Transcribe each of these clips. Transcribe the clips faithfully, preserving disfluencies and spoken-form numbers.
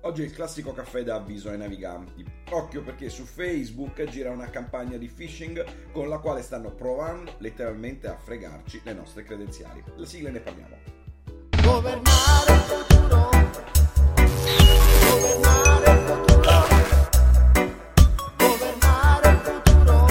Oggi è il classico caffè da avviso ai naviganti. Occhio perché su Facebook gira una campagna di phishing con la quale stanno provando letteralmente a fregarci le nostre credenziali. La sigla e ne parliamo. Governare il futuro. Governare il futuro. Governare il futuro.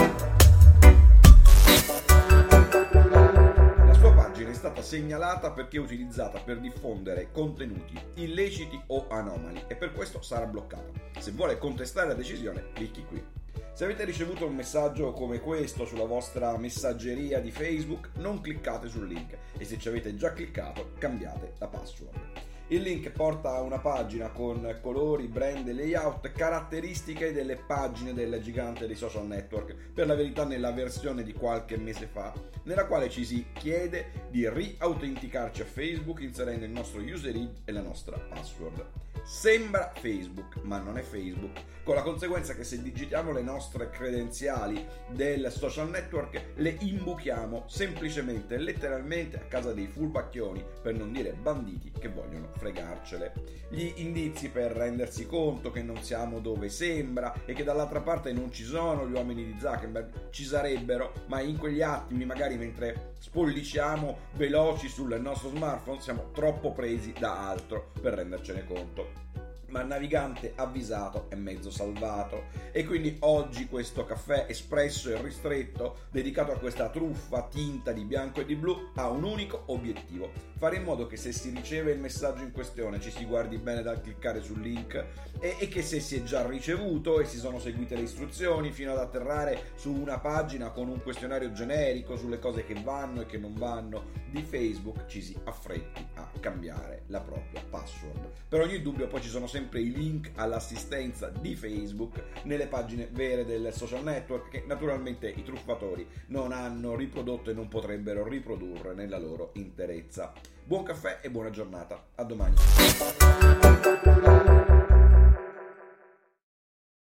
La sua pagina è stata segnalata perché è utilizzata per diffondere contenuti illeciti o anomali e per questo sarà bloccata. Se vuole contestare la decisione, clicchi qui. Se avete ricevuto un messaggio come questo sulla vostra messaggeria di Facebook, non cliccate sul link e se ci avete già cliccato, cambiate la password. Il link porta a una pagina con colori, brand e layout caratteristiche delle pagine del gigante dei social network, per la verità nella versione di qualche mese fa, nella quale ci si chiede di riautenticarci a Facebook inserendo il nostro user I D e la nostra password. Sembra Facebook, ma non è Facebook, con la conseguenza che se digitiamo le nostre credenziali del social network le imbuchiamo semplicemente, letteralmente a casa dei furbacchioni, per non dire banditi, che vogliono fregarcele. Gli indizi per rendersi conto che non siamo dove sembra e che dall'altra parte non ci sono gli uomini di Zuckerberg, ci sarebbero, ma in quegli attimi, magari mentre spolliciamo veloci sul nostro smartphone, siamo troppo presi da altro per rendercene conto. Ma navigante avvisato è mezzo salvato e quindi oggi questo caffè espresso e ristretto dedicato a questa truffa tinta di bianco e di blu ha un unico obiettivo: fare in modo che se si riceve il messaggio in questione ci si guardi bene dal cliccare sul link e, e che se si è già ricevuto e si sono seguite le istruzioni fino ad atterrare su una pagina con un questionario generico sulle cose che vanno e che non vanno di Facebook, ci si affretti a cambiare la propria password. Per ogni dubbio poi ci sono sempre i link all'assistenza di Facebook nelle pagine vere del social network che naturalmente i truffatori non hanno riprodotto e non potrebbero riprodurre nella loro interezza. Buon caffè e buona giornata, a domani.